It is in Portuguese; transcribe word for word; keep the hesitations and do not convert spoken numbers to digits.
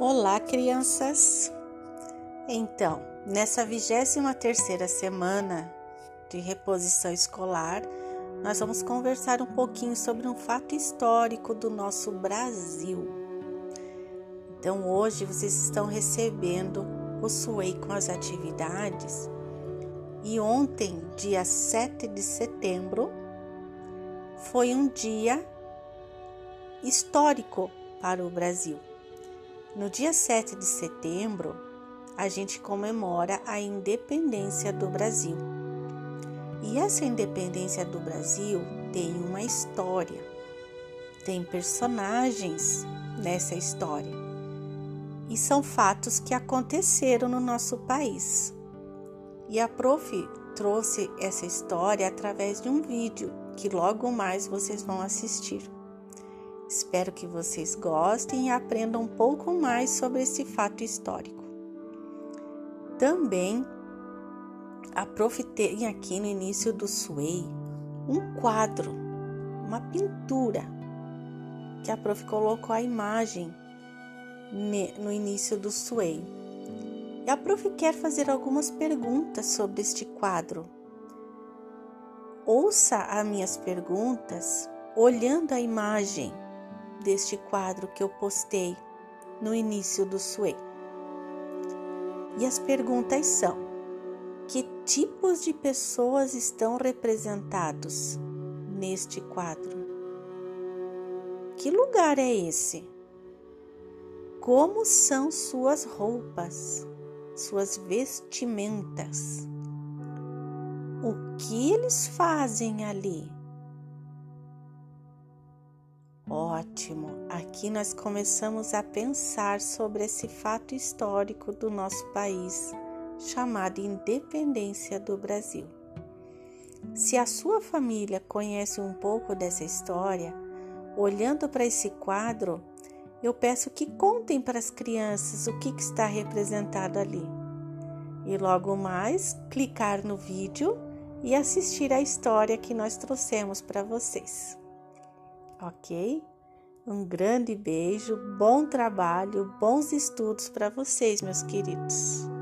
Olá, crianças! Então, nessa vigésima terceira semana de reposição escolar, nós vamos conversar um pouquinho sobre um fato histórico do nosso Brasil. Então, hoje vocês estão recebendo o S U E I com as atividades e ontem, dia sete de setembro, foi um dia histórico para o Brasil. No dia sete de setembro, a gente comemora a independência do Brasil. E essa independência do Brasil tem uma história, tem personagens nessa história. E são fatos que aconteceram no nosso país. E a prof trouxe essa história através de um vídeo que logo mais vocês vão assistir. Espero que vocês gostem e aprendam um pouco mais sobre esse fato histórico. Também, a prof tem aqui no início do S U E I um quadro, uma pintura, que a prof colocou a imagem no início do S U E I. E a prof quer fazer algumas perguntas sobre este quadro. Ouça as minhas perguntas olhando a imagem deste quadro que eu postei no início do S U E I. E as perguntas são: que tipos de pessoas estão representados neste quadro? Que lugar é esse? Como são suas roupas, suas vestimentas? O que eles fazem ali? Ótimo! Aqui nós começamos a pensar sobre esse fato histórico do nosso país, chamado Independência do Brasil. Se a sua família conhece um pouco dessa história, olhando para esse quadro, eu peço que contem para as crianças o que, que está representado ali. E logo mais, clicar no vídeo e assistir a história que nós trouxemos para vocês. Ok? Um grande beijo, bom trabalho, bons estudos para vocês, meus queridos.